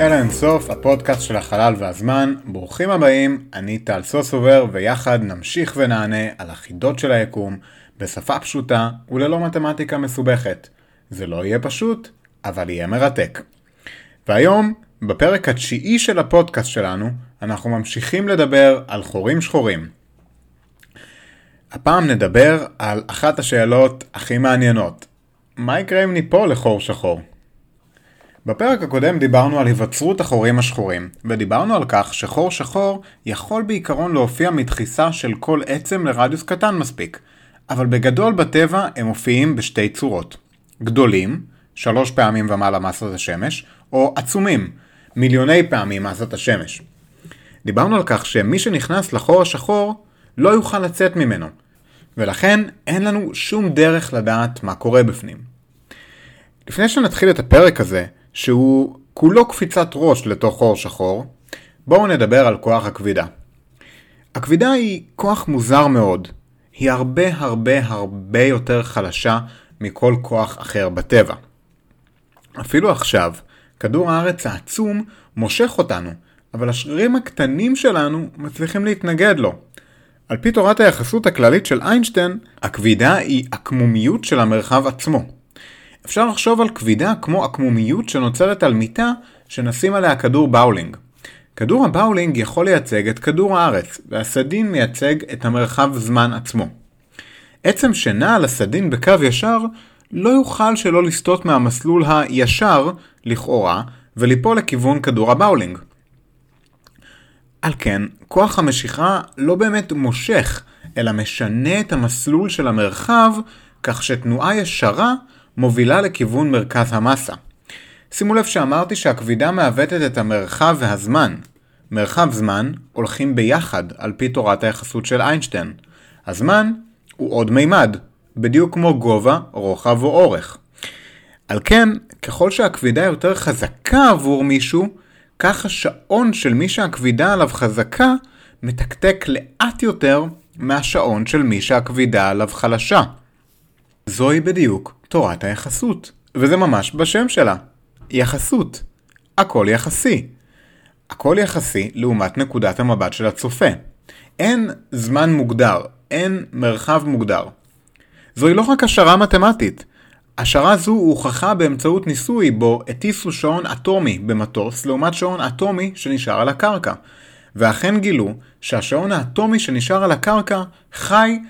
לאינסוף, הפודקאסט של החלל והזמן. ברוכים הבאים, אני טל סוסובר, ויחד נמשיך ונענה על החידות של היקום בשפה פשוטה וללא מתמטיקה מסובכת. זה לא יהיה פשוט, אבל יהיה מרתק. והיום, בפרק התשיעי של הפודקאסט שלנו, אנחנו ממשיכים לדבר על חורים שחורים. הפעם נדבר על אחת השאלות הכי מעניינות. מה יקרה אם ניפול לחור שחור? בפרק הקודם דיברנו על היווצרות החורים השחורים, ודיברנו על כך שחור שחור יכול בעיקרון להופיע מדחיסה של כל עצם לרדיוס קטן מספיק, אבל בגדול בטבע הם מופיעים בשתי צורות. גדולים, 3 פעמים ומעלה מסת השמש, או עצומים, מיליוני פעמים מסת השמש. דיברנו על כך שמי שנכנס לחור השחור לא יוכל לצאת ממנו, ולכן אין לנו שום דרך לדעת מה קורה בפנים. לפני שנתחיל את הפרק הזה, שהוא כולו קפיצת ראש לתוך חור שחור, בואו נדבר על כוח הכבידה. הכבידה היא כוח מוזר מאוד. היא הרבה יותר חלשה מכל כוח אחר בטבע. אפילו עכשיו, כדור הארץ העצום מושך אותנו, אבל השרירים הקטנים שלנו מצליחים להתנגד לו. על פי תורת היחסות הכללית של איינשטיין, הכבידה היא עקמומיות של המרחב עצמו. אפשר לחשוב על כבידה כמו עקמומיות שנוצרת על מיטה שנשים עליה כדור באולינג. כדור הבאולינג יכול לייצג את כדור הארץ, והסדין מייצג את המרחב זמן עצמו. עצם שנע על הסדין בקו ישר לא יוכל שלא לסטות מהמסלול הישר, לכאורה, וליפול לכיוון כדור הבאולינג. על כן, כוח המשיכה לא באמת מושך, אלא משנה את המסלול של המרחב, כך שתנועה ישרה מובילה לכיוון מרכז המסה. שימו לב שאמרתי שהכבידה מעוותת את המרחב והזמן. מרחב זמן הולכים ביחד על פי תורת היחסות של איינשטיין. הזמן הוא עוד מימד, בדיוק כמו גובה, רוחב או אורך. על כן, ככל שהכבידה יותר חזקה עבור מישהו, כך השעון של מי שהכבידה עליו חזקה מתקתק לאט יותר מהשעון של מי שהכבידה עליו חלשה. זוהי בדיוק תורת היחסות, וזה ממש בשם שלה. יחסות. הכל יחסי. הכל יחסי לעומת נקודת המבט של הצופה. אין זמן מוגדר, אין מרחב מוגדר. זוהי לא רק השערה מתמטית. השערה זו הוכחה באמצעות ניסוי בו הטיסו שעון אטומי במטוס לעומת שעון אטומי שנשאר על הקרקע. ואכן גילו שהשעון האטומי שנשאר על הקרקע חי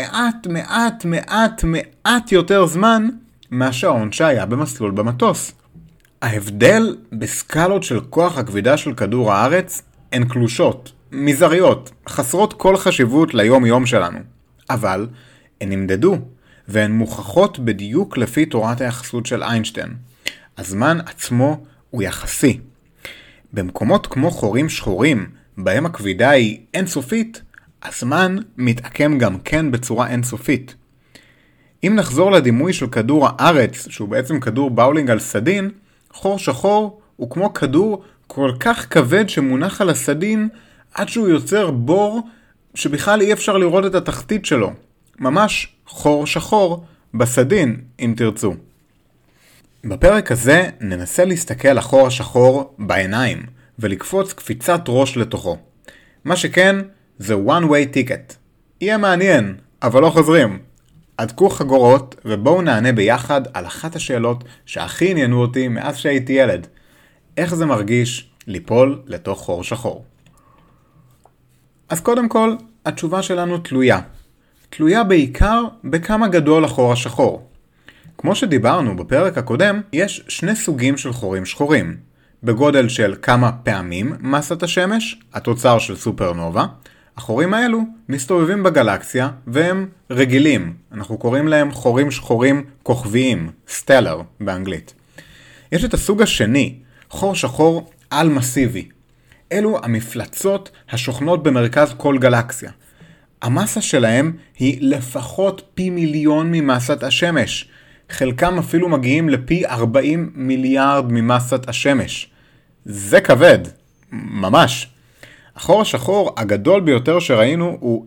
מעט יותר זמן מהשעון שהיה במסלול במטוס. ההבדל בסקלות של כוח הכבידה של כדור הארץ הן קלושות, מזעריות, חסרות כל חשיבות ליום יום שלנו. אבל הן נמדדו, והן מוכחות בדיוק לפי תורת היחסות של איינשטיין. הזמן עצמו הוא יחסי. במקומות כמו חורים שחורים, בהם הכבידה היא אינסופית, הזמן מתעקם גם כן בצורה אינסופית. אם נחזור לדימוי של כדור הארץ, שהוא בעצם כדור באולינג על סדין, חור שחור הוא כמו כדור כל כך כבד שמונח על הסדין, עד שהוא יוצר בור שבכלל אי אפשר לראות את התחתית שלו. ממש חור שחור בסדין, אם תרצו. בפרק הזה ננסה להסתכל לחור השחור בעיניים, ולקפוץ קפיצת ראש לתוכו. מה שכן, זה one way ticket. יהיה מעניין, אבל לא חוזרים. עדכו חגורות ובואו נענה ביחד על אחת השאלות שהכי עניינו אותי מאז שהייתי ילד. איך זה מרגיש ליפול לתוך חור שחור? אז קודם כל, התשובה שלנו תלויה. תלויה בעיקר בכמה גדול החור השחור. כמו שדיברנו בפרק הקודם, יש 2 סוגים של חורים שחורים. בגודל של כמה פעמים מסת השמש, התוצר של סופרנובה. החורים האלו מסתובבים בגלקסיה והם רגילים. אנחנו קוראים להם חורים שחורים כוכביים, סטלר באנגלית. יש את הסוג השני, חור שחור על מסיבי. אלו המפלצות השוכנות במרכז כל גלקסיה. המסה שלהם היא לפחות פי מיליון ממסת השמש. חלקם אפילו מגיעים לפי 40 מיליארד ממסת השמש. זה כבד, ממש. החור השחור הגדול ביותר שראינו הוא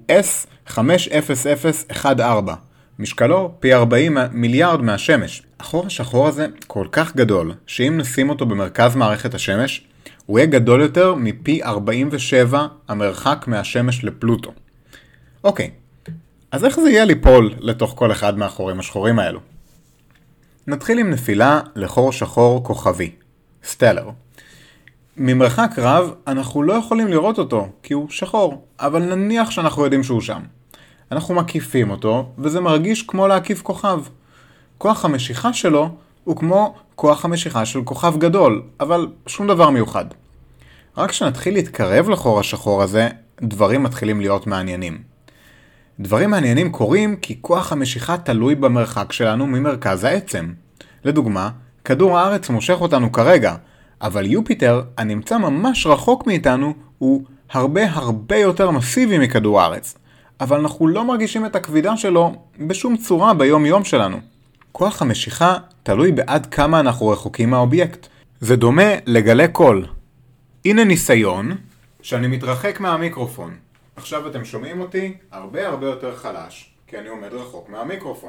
S50014. משקלו פי 40 מיליארד מהשמש. החור השחור הזה כל כך גדול, שאם נשים אותו במרכז מערכת השמש, הוא יהיה גדול יותר מפי 47 המרחק מהשמש לפלוטו. אוקיי, אז איך זה יהיה ליפול לתוך כל אחד מהחורים השחורים האלו? נתחיל עם נפילה לחור שחור כוכבי, סטלר. ממרחק רב אנחנו לא יכולים לראות אותו כי הוא שחור, אבל נניח שאנחנו יודעים שהוא שם. אנחנו מקיפים אותו וזה מרגיש כמו להקיף כוכב. כוח המשיכה שלו הוא כמו כוח המשיכה של כוכב גדול, אבל שום דבר מיוחד. רק כשנתחיל להתקרב לחור השחור הזה, דברים מתחילים להיות מעניינים. דברים מעניינים קורים כי כוח המשיכה תלוי במרחק שלנו ממרכז העצם. לדוגמה, כדור הארץ מושך אותנו כרגע, אבל יופיטר, הנמצא ממש רחוק מאיתנו, הוא הרבה יותר מסיבי מכדור הארץ. אבל אנחנו לא מרגישים את הכבידה שלו בשום צורה ביום יום שלנו. כוח המשיכה תלוי בעד כמה אנחנו רחוקים מהאובייקט. זה דומה לגלי קול. הנה ניסיון שאני מתרחק מהמיקרופון. עכשיו אתם שומעים אותי הרבה יותר חלש, כי אני עומד רחוק מהמיקרופון.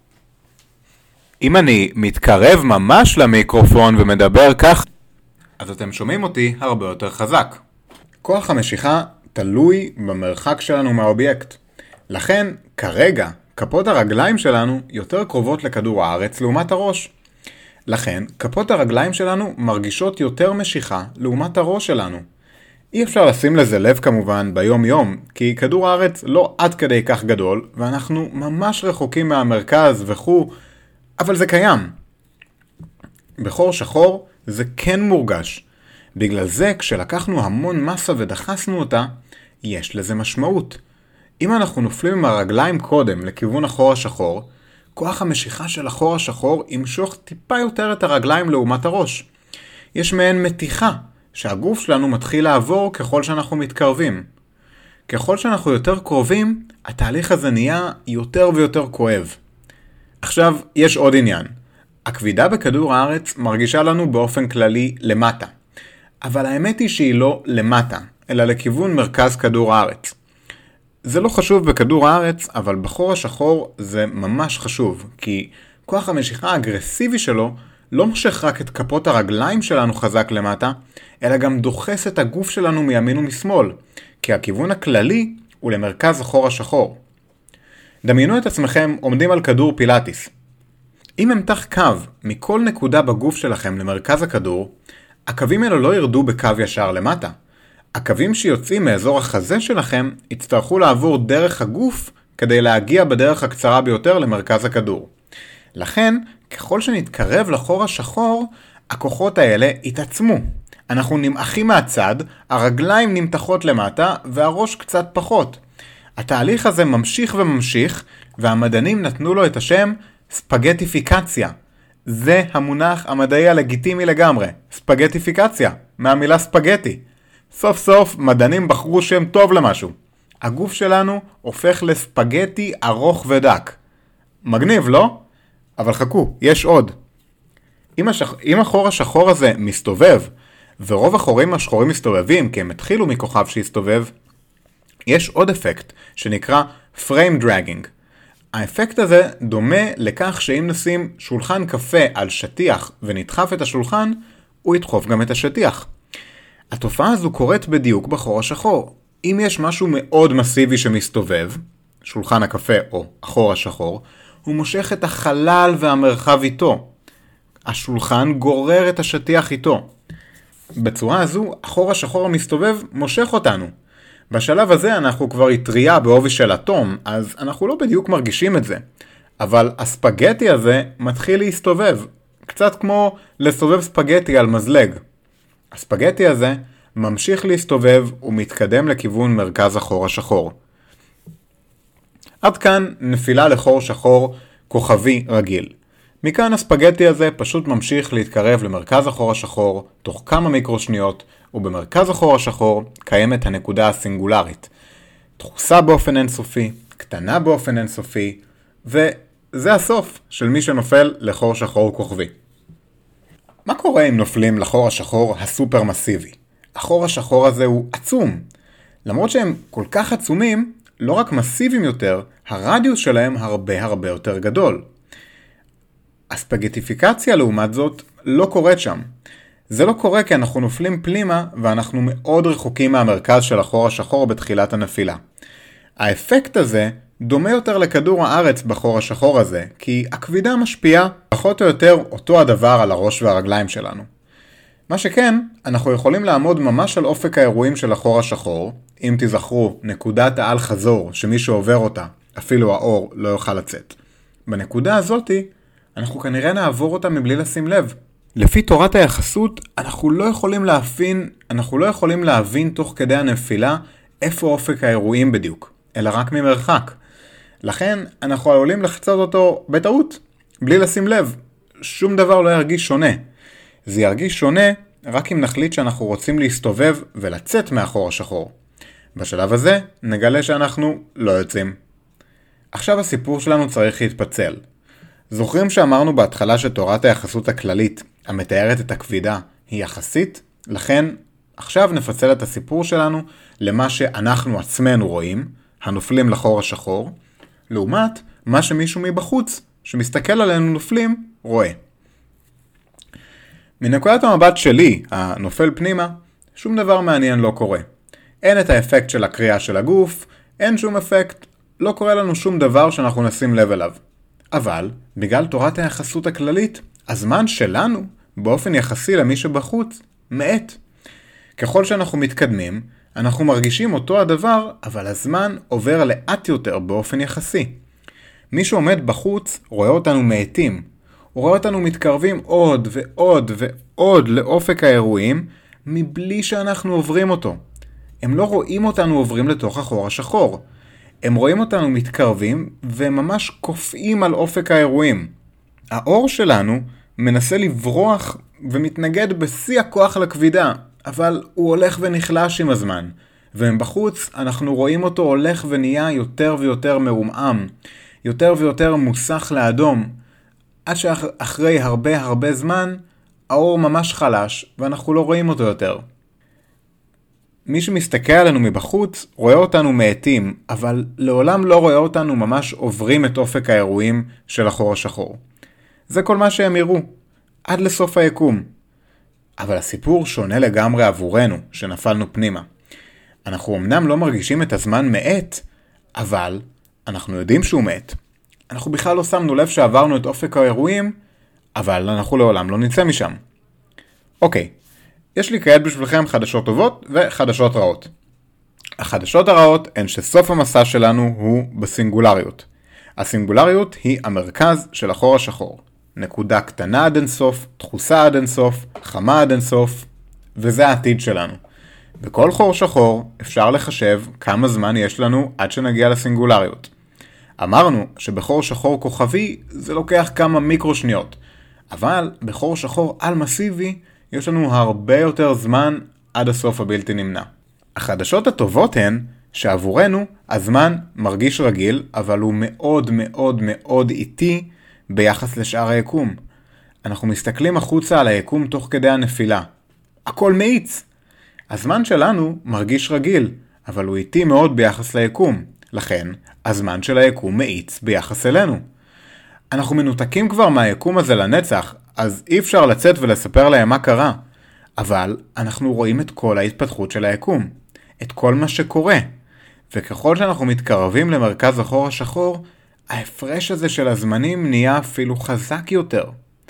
אם אני מתקרב ממש למיקרופון ומדבר כך, אז אתם שומעים אותי הרבה יותר חזק. כוח המשיכה תלוי במרחק שלנו מהאובייקט. לכן, כרגע, כפות הרגליים שלנו יותר קרובות לכדור הארץ לעומת הראש. לכן, כפות הרגליים שלנו מרגישות יותר משיכה לעומת הראש שלנו. אי אפשר לשים לזה לב כמובן ביום יום, כי כדור הארץ לא עד כדי כך גדול, ואנחנו ממש רחוקים מהמרכז וכו', אבל זה קיים. בחור שחור זה כן מורגש. בגלל זה, כשלקחנו המון מסה ודחסנו אותה, יש לזה משמעות. אם אנחנו נופלים עם הרגליים קודם לכיוון החור השחור, כוח המשיכה של החור השחור ימשוך טיפה יותר את הרגליים לעומת הראש. יש מעין מתיחה שהגוף שלנו מתחיל לעבור ככל שאנחנו מתקרבים. ככל שאנחנו יותר קרובים, התהליך הזה נהיה יותר ויותר כואב. עכשיו, יש עוד עניין. הכבידה בכדור הארץ מרגישה לנו באופן כללי למטה. אבל האמת היא שהיא לא למטה, אלא לכיוון מרכז כדור הארץ. זה לא חשוב בכדור הארץ, אבל בחור השחור זה ממש חשוב, כי כוח המשיכה האגרסיבי שלו לא מושך רק את כפות הרגליים שלנו חזק למטה, אלא גם דוחס את הגוף שלנו מימין ומשמאל, כי הכיוון הכללי הוא למרכז החור השחור. דמיינו את עצמכם עומדים על כדור פילאטיס. אם אמתח קו מכל נקודה בגוף שלכם למרכז הכדור, הקווים האלו לא ירדו בקו ישר למטה. הקווים שיוצאים מאזור החזה שלכם יצטרכו לעבור דרך הגוף כדי להגיע בדרך הקצרה ביותר למרכז הכדור. לכן, ככל שנתקרב לחור השחור, הכוחות האלה יתעצמו. אנחנו נמעכים מהצד, הרגליים נמתחות למטה והראש קצת פחות. התהליך הזה ממשיך וממשיך, והמדענים נתנו לו את השם ספגטיפיקציה. זה המונח המדעי הלגיטימי לגמרי, ספגטיפיקציה, מהמילה ספגטי. סוף סוף מדענים בחרו שם טוב למשהו. הגוף שלנו הופך לספגטי ארוך ודק. מגניב, לא? אבל חכו, יש עוד. אם החור השחור הזה מסתובב, ורוב החורים השחורים מסתובבים כי הם התחילו מכוכב שהסתובב, יש עוד אפקט שנקרא frame dragging. האפקט הזה דומה לכך שאם נשים שולחן קפה על שטיח ונדחף את השולחן, הוא ידחוף גם את השטיח. התופעה הזו קורית בדיוק בחור השחור. אם יש משהו מאוד מסיבי שמסתובב, שולחן הקפה או החור השחור, הוא מושך את החלל והמרחב איתו. השולחן גורר את השטיח איתו. בצורה הזו, החור השחור המסתובב מושך אותנו. בשלב הזה אנחנו כבר יטריה בעובי של אטום, אז אנחנו לא בדיוק מרגישים את זה. אבל הספגטי הזה מתחיל להסתובב, קצת כמו לסובב ספגטי על מזלג. הספגטי הזה ממשיך להסתובב ומתקדם לכיוון מרכז החור השחור. עד כאן נפילה לחור שחור כוכבי רגיל. מכאן הספגטי הזה פשוט ממשיך להתקרב למרכז החור השחור תוך כמה מיקרושניות, ובמרכז החור השחור קיימת הנקודה הסינגולרית. דחוסה באופן אינסופי, קטנה באופן אינסופי, וזה הסוף של מי שנופל לחור שחור כוכבי. מה קורה אם נופלים לחור השחור הסופר מסיבי? החור השחור הזה הוא עצום. למרות שהם כל כך עצומים, לא רק מסיביים יותר, הרדיוס שלהם הרבה יותר גדול. הספגטיפיקציה לעומת זאת לא קורית שם. זה לא קורה כי אנחנו נופלים פנימה ואנחנו מאוד רחוקים מהמרכז של החור השחור בתחילת הנפילה. האפקט הזה דומה יותר לכדור הארץ בחור השחור הזה, כי הכבידה משפיעה פחות או יותר אותו הדבר על הראש והרגליים שלנו. מה שכן, אנחנו יכולים לעמוד ממש על אופק האירועים של החור השחור, אם תזכרו, נקודת העל חזור שמי שעובר אותה, אפילו האור, לא יוכל לצאת. בנקודה הזאתי, אנחנו כנראה נעבור אותה מבלי לשים לב. לפי תורת היחסות, אנחנו לא יכולים להבין תוך כדי הנפילה איפה אופק האירועים בדיוק, אלא רק ממרחק. לכן אנחנו עלולים לחצות אותו בטעות, בלי לשים לב. שום דבר לא ירגיש שונה. זה ירגיש שונה רק אם נחליט שאנחנו רוצים להסתובב ולצאת מהחור השחור. בשלב הזה נגלה שאנחנו לא יוצאים. עכשיו הסיפור שלנו צריך להתפצל. זוכרים שאמרנו בהתחלה שתורת היחסות הכללית, המתארת את הכבידה, היא יחסית? לכן עכשיו נפצל את הסיפור שלנו למה שאנחנו עצמנו רואים, הנופלים לחור השחור, לעומת מה שמישהו מבחוץ, שמסתכל עלינו נופלים, רואה. מנקודת המבט שלי, הנופל פנימה, שום דבר מעניין לא קורה. אין את האפקט של הקריאה של הגוף, אין שום אפקט, לא קורה לנו שום דבר שאנחנו נשים לב אליו. אבל, בגלל תורת היחסות הכללית, הזמן שלנו, באופן יחסי למי שבחוץ, מעט. ככל שאנחנו מתקדמים, אנחנו מרגישים אותו הדבר, אבל הזמן עובר לאט יותר באופן יחסי. מי שעומד בחוץ רואה אותנו מעטים. הוא רואה אותנו מתקרבים עוד ועוד ועוד לאופק האירועים, מבלי שאנחנו עוברים אותו. הם לא רואים אותנו עוברים לתוך החור השחור. הם רואים אותנו מתקרבים וממש קופאים על אופק האירועים. האור שלנו מנסה לברוח ומתנגד בשיא הכוח לכבידה, אבל הוא הולך ונחלש עם הזמן. ומבחוץ אנחנו רואים אותו הולך ונהיה יותר ויותר מרומם, יותר ויותר מוסך לאדום, עד שאחרי הרבה זמן האור ממש חלש ואנחנו לא רואים אותו יותר. מי שמסתכל עלינו מבחוץ רואה אותנו מעטים, אבל לעולם לא רואה אותנו ממש עוברים את אופק האירועים של החור השחור. זה כל מה שהם יראו, עד לסוף היקום. אבל הסיפור שונה לגמרי עבורנו, שנפלנו פנימה. אנחנו אמנם לא מרגישים את הזמן מעט, אבל אנחנו יודעים שהוא מעט. אנחנו בכלל לא שמנו לב שעברנו את אופק האירועים, אבל אנחנו לעולם לא נצא משם. אוקיי, יש לי כעת בשבילכם חדשות טובות וחדשות רעות. החדשות הרעות הן שסוף המסע שלנו הוא בסינגולריות. הסינגולריות היא המרכז של החור השחור. נקודה קטנה עד אינסוף, דחוסה עד אינסוף, חמה עד אינסוף, וזה העתיד שלנו. בכל חור שחור אפשר לחשב כמה זמן יש לנו עד שנגיע לסינגולריות. אמרנו שבחור שחור כוכבי זה לוקח כמה מיקרושניות, אבל בחור שחור על מסיבי יש לנו הרבה יותר זמן עד הסוף הבלתי נמנע. החדשות הטובות הן שעבורנו הזמן מרגיש רגיל, אבל הוא מאוד מאוד מאוד איטי ביחס לשאר היקום. אנחנו מסתכלים החוצה על היקום תוך כדי הנפילה. הכל מאיץ. הזמן שלנו מרגיש רגיל, אבל הוא איטי מאוד ביחס ליקום. לכן, הזמן של היקום מאיץ ביחס אלינו. אנחנו מנותקים כבר מהיקום הזה לנצח, אז אי אפשר לצאת ולספר להם מה קרה. אבל אנחנו רואים את כל ההתפתחות של היקום. את כל מה שקורה. וככל שאנחנו מתקרבים למרכז החור השחור, ההפרש הזה של הזמנים נהיה אפילו חזק יותר.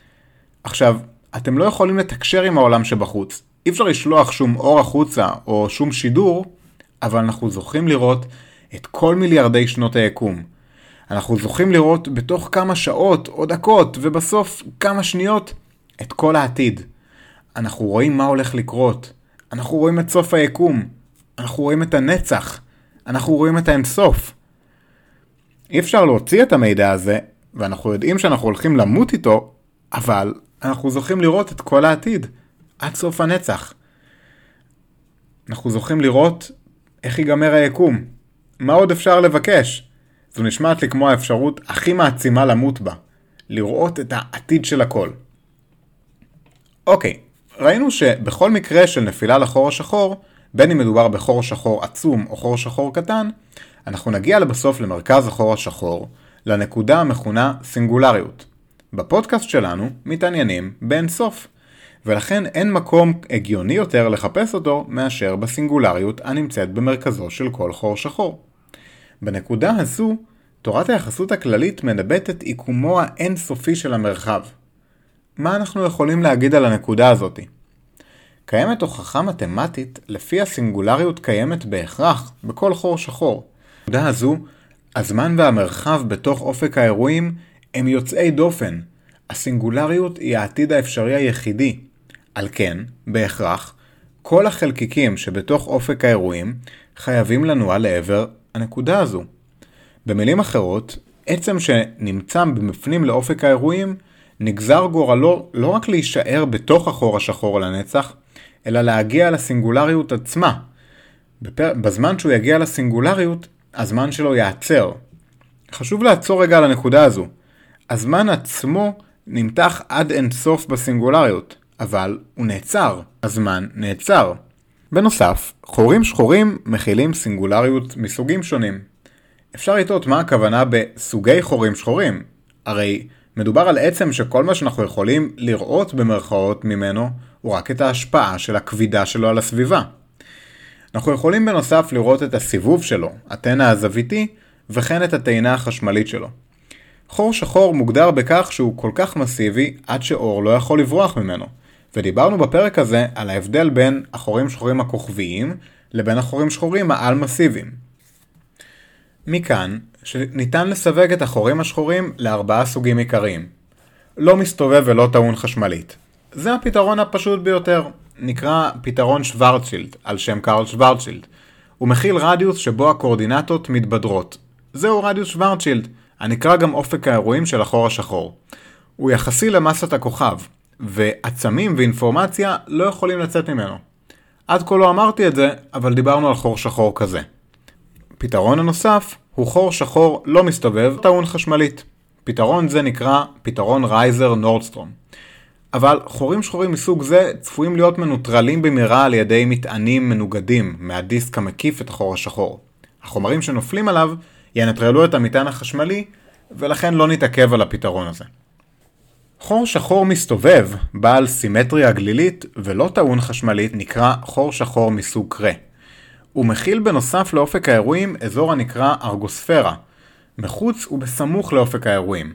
עכשיו, אתם לא יכולים לתקשר עם העולם שבחוץ. אי אפשר לשלוח שום אור החוצה או שום שידור, אבל אנחנו זוכים לראות את כל מיליארדי שנות היקום. אנחנו זוכים לראות בתוך כמה שעות או דקות ובסוף כמה שניות את כל העתיד. אנחנו רואים מה הולך לקרות. אנחנו רואים את סוף היקום. אנחנו רואים את הנצח. אנחנו רואים את האינסוף. אי אפשר להוציא את המידע הזה, ואנחנו יודעים שאנחנו הולכים למות איתו, אבל אנחנו זוכים לראות את כל העתיד, עד סוף הנצח. אנחנו זוכים לראות איך ייגמר היקום. מה עוד אפשר לבקש? זו נשמעת לי כמו האפשרות הכי מעצימה למות בה, לראות את העתיד של הכל. אוקיי, ראינו שבכל מקרה של נפילה לחור השחור, בין אם מדובר בחור שחור עצום או חור שחור קטן, אנחנו נגיע לבסוף למרכז החור השחור, לנקודה המכונה סינגולריות. בפודקאסט שלנו מתעניינים באינסוף. ולכן אין מקום הגיוני יותר לחפש אותו מאשר בסינגולריות הנמצאת במרכזו של כל חור שחור. בנקודה הזו, תורת היחסות הכללית מנבאת את עיקומו האינסופי של המרחב. מה אנחנו יכולים להגיד על הנקודה הזאת? קיימת הוכחה מתמטית לפי הסינגולריות קיימת בהכרח בכל חור שחור. בנקודה הזו, הזמן והמרחב בתוך אופק האירועים הם יוצאי דופן. הסינגולריות היא העתיד האפשרי היחידי. על כן, בהכרח, כל החלקיקים שבתוך אופק האירועים חייבים לנוע לעבר הנקודה הזו. במילים אחרות, עצם שנמצא במפנים לאופק האירועים, נגזר גורלו לא רק להישאר בתוך החור השחור לנצח, אלא להגיע לסינגולריות עצמה. בזמן שהוא יגיע לסינגולריות, הזמן שלו יעצר. חשוב לעצור רגע על הנקודה הזו. הזמן עצמו נמתח עד אין סוף בסינגולריות, אבל הוא נעצר. הזמן נעצר. בנוסף, חורים שחורים מכילים סינגולריות מסוגים שונים. אפשר לטעות מה הכוונה בסוגי חורים שחורים. הרי מדובר על עצם שכל מה שאנחנו יכולים לראות במרכאות ממנו הוא רק את ההשפעה של הכבידה שלו על הסביבה. אנחנו יכולים בנוסף לראות את הסיבוב שלו, הטנא הזוויתי, וכן את הטעינה החשמלית שלו. חור שחור מוגדר בכך שהוא כל כך מסיבי עד שאור לא יכול לברוח ממנו. ודיברנו בפרק הזה על ההבדל בין החורים שחורים הכוכביים לבין החורים שחורים העל-מסיביים. מכאן שניתן לסווג את החורים השחורים לארבעה סוגים עיקריים. לא מסתובב ולא טעון חשמלית. זה הפתרון הפשוט ביותר. נקרא פתרון שוורצ'ילד, על שם קרל שוורצ'ילד. הוא מכיל רדיוס שבו הקורדינטות מתבדרות. זהו רדיוס שוורצ'ילד, הנקרא גם אופק האירועים של החור השחור. הוא יחסי למסת הכוכב, ועצמים ואינפורמציה לא יכולים לצאת ממנו. עד כה לא אמרתי את זה, אבל דיברנו על חור שחור כזה. פתרון הנוסף הוא חור שחור לא מסתובב טעון חשמלית. פתרון זה נקרא פתרון רייזר-נורדסטרום. אבל חורים שחורים מסוג זה צפויים להיות מנוטרלים במהרה על ידי מטענים מנוגדים מהדיסק המקיף את החור השחור. החומרים שנופלים עליו ינטרלו את המטען החשמלי, ולכן לא נתעכב על הפתרון הזה. חור שחור מסתובב, בעל סימטריה גלילית ולא טעון חשמלית, נקרא חור שחור מסוג קרה. הוא מכיל בנוסף לאופק האירועים אזור הנקרא ארגוספירה, מחוץ ובסמוך לאופק האירועים.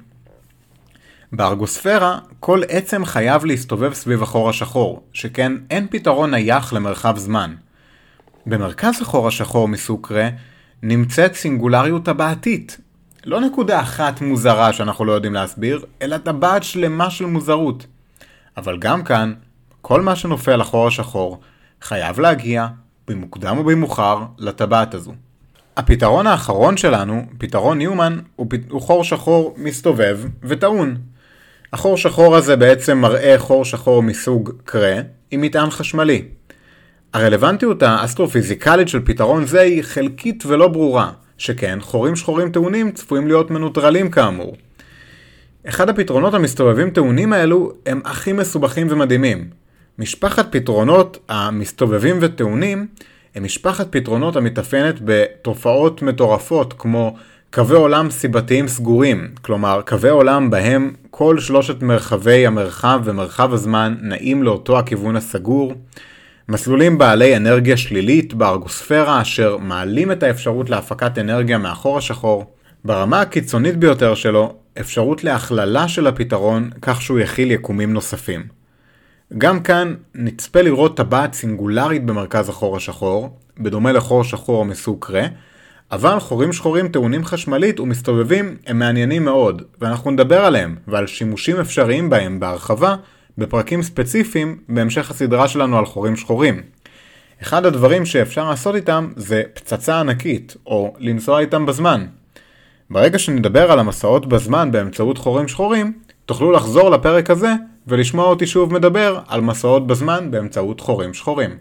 בארגוספירה כל עצם חייב להסתובב סביב החור השחור, שכן אין פתרון נייח למרחב זמן. במרכז החור השחור מסוג קרה נמצאת סינגולריות טבעתית. לא נקודה אחת מוזרה שאנחנו לא יודעים להסביר, אלא טבעת שלמה של מוזרות. אבל גם כאן, כל מה שנופל לחור השחור חייב להגיע במוקדם או במאוחר לטבעת הזו. הפתרון האחרון שלנו, פתרון ניומן, הוא חור שחור מסתובב וטעון. החור שחור הזה בעצם מראה חור שחור מסוג קרה עם מטען חשמלי. הרלוונטיות האסטרופיזיקלית של פתרון זה היא חלקית ולא ברורה, שכן חורים שחורים טעונים צפויים להיות מנוטרלים כאמור. אחד הפתרונות המסתובבים טעונים האלו הם הכי מסובכים ומדהימים. משפחת פתרונות המסתובבים וטעונים הם משפחת פתרונות המתאפיינת בתופעות מטורפות כמו קווי עולם סיבתיים סגורים, כלומר קווי עולם בהם כל שלושת מרחבי המרחב ומרחב הזמן נעים לאותו הכיוון הסגור, מסלולים בעלי אנרגיה שלילית בארגוספירה אשר מעלים את האפשרות להפקת אנרגיה מהחור השחור, ברמה הקיצונית ביותר שלו אפשרות להכללה של הפתרון כך שהוא יכיל יקומים נוספים. גם כאן נצפה לראות טבעת סינגולרית במרכז החור השחור, בדומה לחור שחור מסוג קרה, אבל חורים שחורים טעונים חשמלית ומסתובבים הם מעניינים מאוד, ואנחנו נדבר עליהם ועל שימושים אפשריים בהם בהרחבה בפרקים ספציפיים בהמשך הסדרה שלנו על חורים שחורים. אחד הדברים שאפשר לעשות איתם זה פצצה ענקית, או לנסוע איתם בזמן. ברגע שנדבר על המסעות בזמן באמצעות חורים שחורים, תוכלו לחזור לפרק הזה ולשמוע אותי שוב מדבר על מסעות בזמן באמצעות חורים שחורים.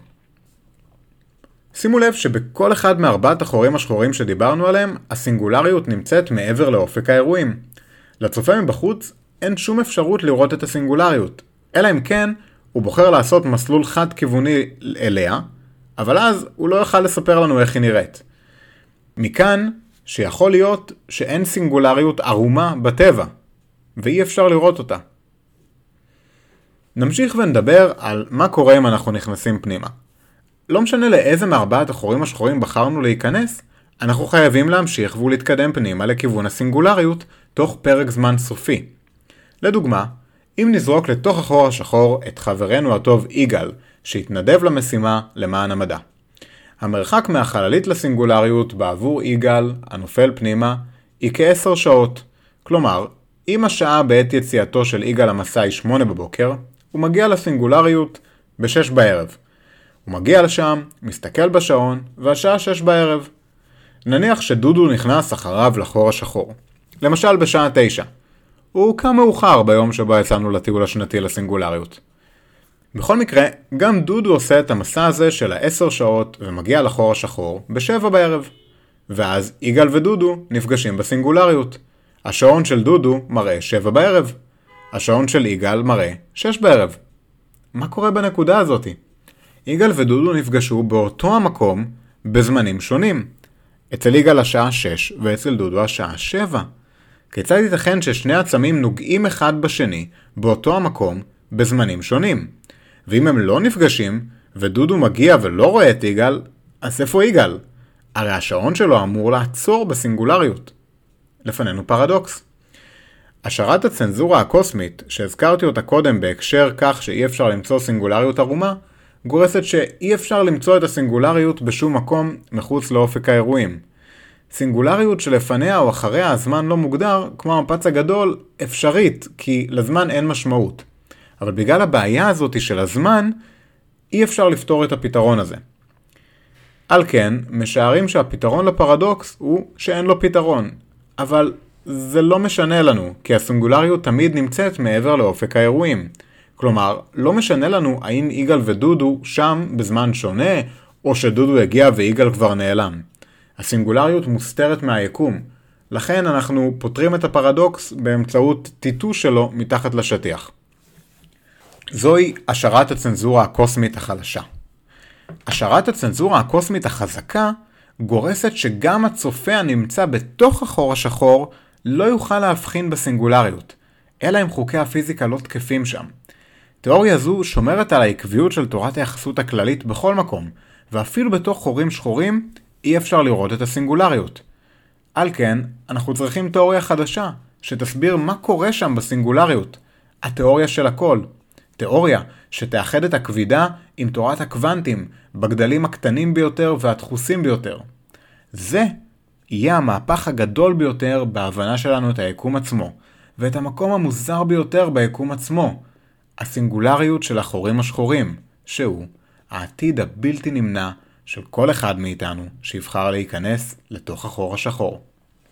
שימו לב שבכל אחד מארבעת החורים השחורים שדיברנו עליהם, הסינגולריות נמצאת מעבר לאופק האירועים. לצופה מבחוץ אין שום אפשרות לראות את הסינגולריות, אלא אם כן הוא בוחר לעשות מסלול חד כיווני אליה, אבל אז הוא לא יוכל לספר לנו איך היא נראית. מכאן שיכול להיות שאין סינגולריות ערומה בטבע, ואי אפשר לראות אותה. נמשיך ונדבר על מה קורה אם אנחנו נכנסים פנימה. לא משנה לאיזה מארבעת החורים השחורים בחרנו להיכנס, אנחנו חייבים להמשיך ולהתקדם פנימה לכיוון הסינגולריות תוך פרק זמן סופי. לדוגמה, אם נזרוק לתוך החור השחור את חברנו הטוב יגאל, שהתנדב למשימה למען המדע. המרחק מהחללית לסינגולריות בעבור יגאל, הנופל פנימה, היא כ10 שעות. כלומר, אם השעה בעת יציאתו של יגאל למסע היא 8 בבוקר, הוא מגיע לסינגולריות ב6 בערב. הוא מגיע לשם, מסתכל בשעון, והשעה 6 בערב. נניח שדודו נכנס אחריו לחור השחור. למשל בשעה 9. הוא קם מאוחר ביום שבו יצאנו לטיול השנתי לסינגולריות. בכל מקרה, גם דודו עושה את המסע הזה של 10 שעות ומגיע לחור השחור ב7 בערב. ואז יגאל ודודו נפגשים בסינגולריות. השעון של דודו מראה 7 בערב. השעון של יגאל מראה 6 בערב. מה קורה בנקודה הזאת? יגאל ודודו נפגשו באותו המקום בזמנים שונים. אצל יגאל השעה 6 ואצל דודו השעה 7. כיצד ייתכן ששני עצמים נוגעים אחד בשני באותו המקום בזמנים שונים? ואם הם לא נפגשים ודודו מגיע ולא רואה את יגאל, אז איפה יגאל? הרי השעון שלו אמור לעצור בסינגולריות. לפנינו פרדוקס. השערת הצנזורה הקוסמית, שהזכרתי אותה קודם בהקשר כך שאי אפשר למצוא סינגולריות ערומה, גורסת שאי אפשר למצוא את הסינגולריות בשום מקום מחוץ לאופק האירועים. סינגולריות שלפניה או אחריה הזמן לא מוגדר, כמו המפץ הגדול, אפשרית, כי לזמן אין משמעות. אבל בגלל הבעיה הזאת של הזמן, אי אפשר לפתור את הפתרון הזה. על כן, משערים שהפתרון לפרדוקס הוא שאין לו פתרון. אבל זה לא משנה לנו, כי הסינגולריות תמיד נמצאת מעבר לאופק האירועים. כלומר, לא משנה לנו האם יגאל ודודו שם בזמן שונה, או שדודו הגיע ויגאל כבר נעלם. הסינגולריות מוסתרת מהיקום, לכן אנחנו פותרים את הפרדוקס באמצעות טיטוש שלו מתחת לשטיח. זוהי השערת הצנזורה הקוסמית החלשה. השערת הצנזורה הקוסמית החזקה גורסת שגם הצופה הנמצא בתוך החור השחור לא יוכל להבחין בסינגולריות, אלא אם חוקי הפיזיקה לא תקפים שם. תיאוריה זו שומרת על העקביות של תורת היחסות הכללית בכל מקום, ואפילו בתוך חורים שחורים אי אפשר לראות את הסינגולריות. על כן, אנחנו צריכים תיאוריה חדשה, שתסביר מה קורה שם בסינגולריות, התיאוריה של הכל. תיאוריה שתאחד את הכבידה עם תורת הקוונטים, בגדלים הקטנים ביותר והדחוסים ביותר. זה יהיה המהפך הגדול ביותר בהבנה שלנו את היקום עצמו, ואת המקום המוזר ביותר ביקום עצמו, הסינגולריות של החורים השחורים, שהוא העתיד הבלתי נמנע של כל אחד מאיתנו שיבחר להיכנס לתוך החור השחור.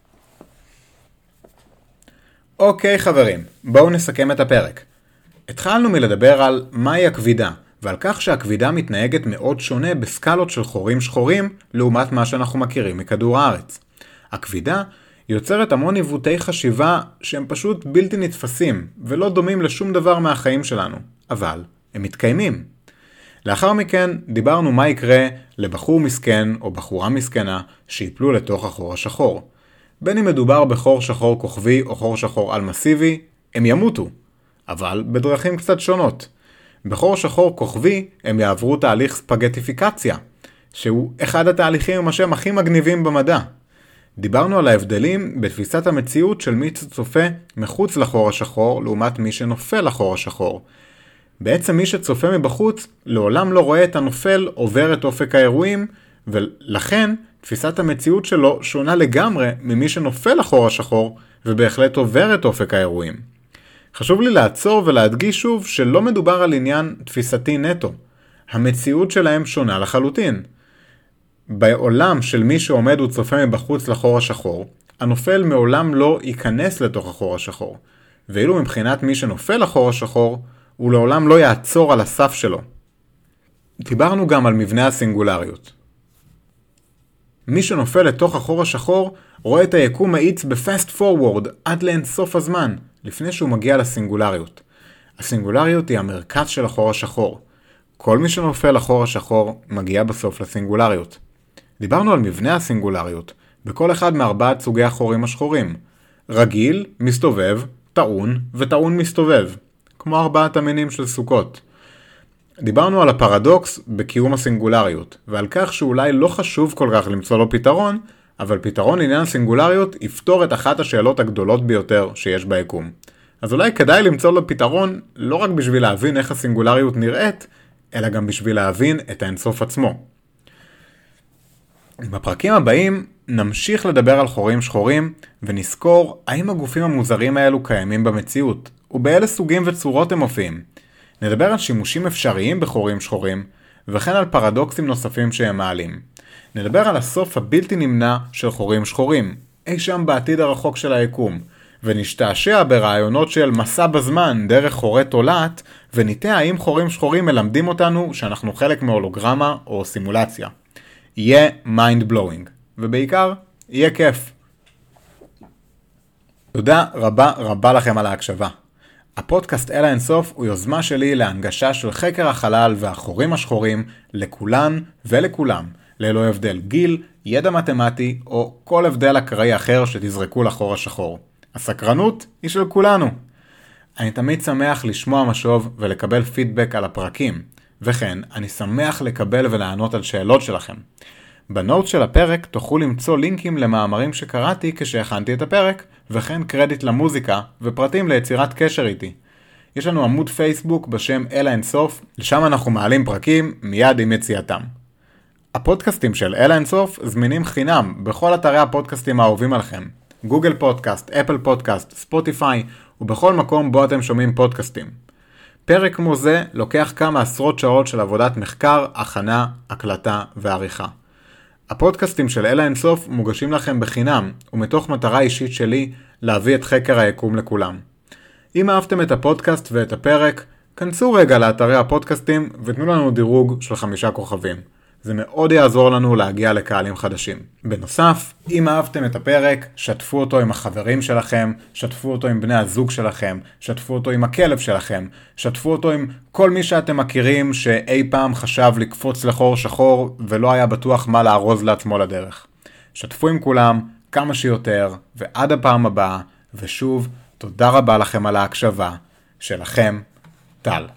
אוקיי חברים, בואו נסכם את הפרק. התחלנו מלדבר על מהי הכבידה, ועל כך שהכבידה מתנהגת מאוד שונה בסקלות של חורים שחורים לעומת מה שאנחנו מכירים מכדור הארץ. הכבידה יוצרת המון עיוותי חשיבה שהם פשוט בלתי נתפסים ולא דומים לשום דבר מהחיים שלנו, אבל הם מתקיימים. לאחר מכן דיברנו מה יקרה לבחור מסכן או בחורה מסכנה שיפלו לתוך החור השחור. בין אם מדובר בחור שחור כוכבי או חור שחור על מסיבי, הם ימותו, אבל בדרכים קצת שונות. בחור שחור כוכבי הם יעברו תהליך ספגטיפיקציה, שהוא אחד התהליכים עם השם הכי מגניבים במדע. דיברנו על ההבדלים בתפיסת המציאות של מי שצופה מחוץ לחור השחור לעומת מי שנופל לחור השחור. בעצם מי שצופה מבחוץ לעולם לא רואה את הנופל עובר את אופק האירועים, ולכן תפיסת המציאות שלו שונה לגמרי ממי שנופל לחור השחור ובהחלט עובר את אופק האירועים. חשוב לי לעצור ולהדגיש שוב שלא מדובר על עניין תפיסתי נטו. המציאות שלהם שונה לחלוטין. בעולם של מי שעומד וצופה מבחוץ לחור השחור, הנופל מעולם לא ייכנס לתוך החור השחור, ואילו מבחינת מי שנופל לחור השחור, הוא לעולם לא יעצור על הסף שלו. דיברנו גם על מבנה הסינגולריות. מי שנופל לתוך החור השחור רואה את היקום מאיץ בפאסט פורוורד עד לאינסוף הזמן, לפני שהוא מגיע לסינגולריות. הסינגולריות היא המרכז של החור השחור. כל מי שנופל לחור השחור מגיע בסוף לסינגולריות. דיברנו על מבנה הסינגולריות בכל אחד מארבעת סוגי החורים השחורים. רגיל, מסתובב, טעון וטעון מסתובב. כמו 4 המינים של סוכות. דיברנו על הפרדוקס בקיום הסינגולריות, ועל כך שאולי לא חשוב כל כך למצוא לו פתרון, אבל פתרון לעניין הסינגולריות יפתור את אחת השאלות הגדולות ביותר שיש ביקום. אז אולי כדאי למצוא לו פתרון לא רק בשביל להבין איך הסינגולריות נראית, אלא גם בשביל להבין את האינסוף עצמו. בפרקים הבאים נמשיך לדבר על חורים שחורים, ונזכור האם הגופים המוזרים האלו קיימים במציאות, ובאילו סוגים וצורות הם מופיעים. נדבר על שימושים אפשריים בחורים שחורים, וכן על פרדוקסים נוספים שהם מעלים. נדבר על הסוף הבלתי נמנע של חורים שחורים, אי שם בעתיד הרחוק של היקום, ונשתעשע ברעיונות של מסע בזמן דרך חורי תולעת, וניתן האם חורים שחורים מלמדים אותנו שאנחנו חלק מהולוגרמה או סימולציה. יהיה mind blowing, ובעיקר יהיה כיף. תודה רבה רבה לכם על ההקשבה. הפודקאסט אל האינסוף הוא יוזמה שלי להנגשה של חקר החלל והחורים השחורים לכולן ולכולם, ללא הבדל גיל, ידע מתמטי או כל הבדל אקראי אחר שתזרקו לחור השחור. הסקרנות היא של כולנו. אני תמיד שמח לשמוע משוב ולקבל פידבק על הפרקים, וכן אני שמח לקבל ולענות על שאלות שלכם. בנוט של הפרק תוכלו למצוא לינקים למאמרים שקראתי כשהכנתי את הפרק, וכן קרדיט למוזיקה ופרטים ליצירת קשר איתי. יש לנו עמוד פייסבוק בשם אל האינסוף, לשם אנחנו מעלים פרקים מיד עם יציאתם. הפודקאסטים של אל האינסוף זמינים חינם בכל אתרי הפודקאסטים האהובים עליכם, גוגל פודקאסט, אפל פודקאסט, ספוטיפיי ובכל מקום בו אתם שומעים פודקאסטים. פרק כמו זה לוקח כמה עשרות שעות של עבודת מחקר, הכנה, הקלטה ועריכה. הפודקאסטים של אל האינסוף מוגשים לכם בחינם, ומתוך מטרה אישית שלי להביא את חקר היקום לכולם. אם אהבתם את הפודקאסט ואת הפרק, כנסו רגע לאתרי הפודקאסטים ותנו לנו דירוג של 5 כוכבים. זה מאוד יעזור לנו להגיע לקהלים חדשים. בנוסף, אם אהבתם את הפרק, שתפו אותו עם החברים שלכם, שתפו אותו עם בני הזוג שלכם, שתפו אותו עם הכלב שלכם, שתפו אותו עם כל מי שאתם מכירים שאי פעם חשב לקפוץ לחור שחור ולא היה בטוח מה לארוז לעצמו לדרך. שתפו עם כולם כמה שיותר, ועד הפעם הבאה, ושוב, תודה רבה לכם על ההקשבה. שלכם, טל.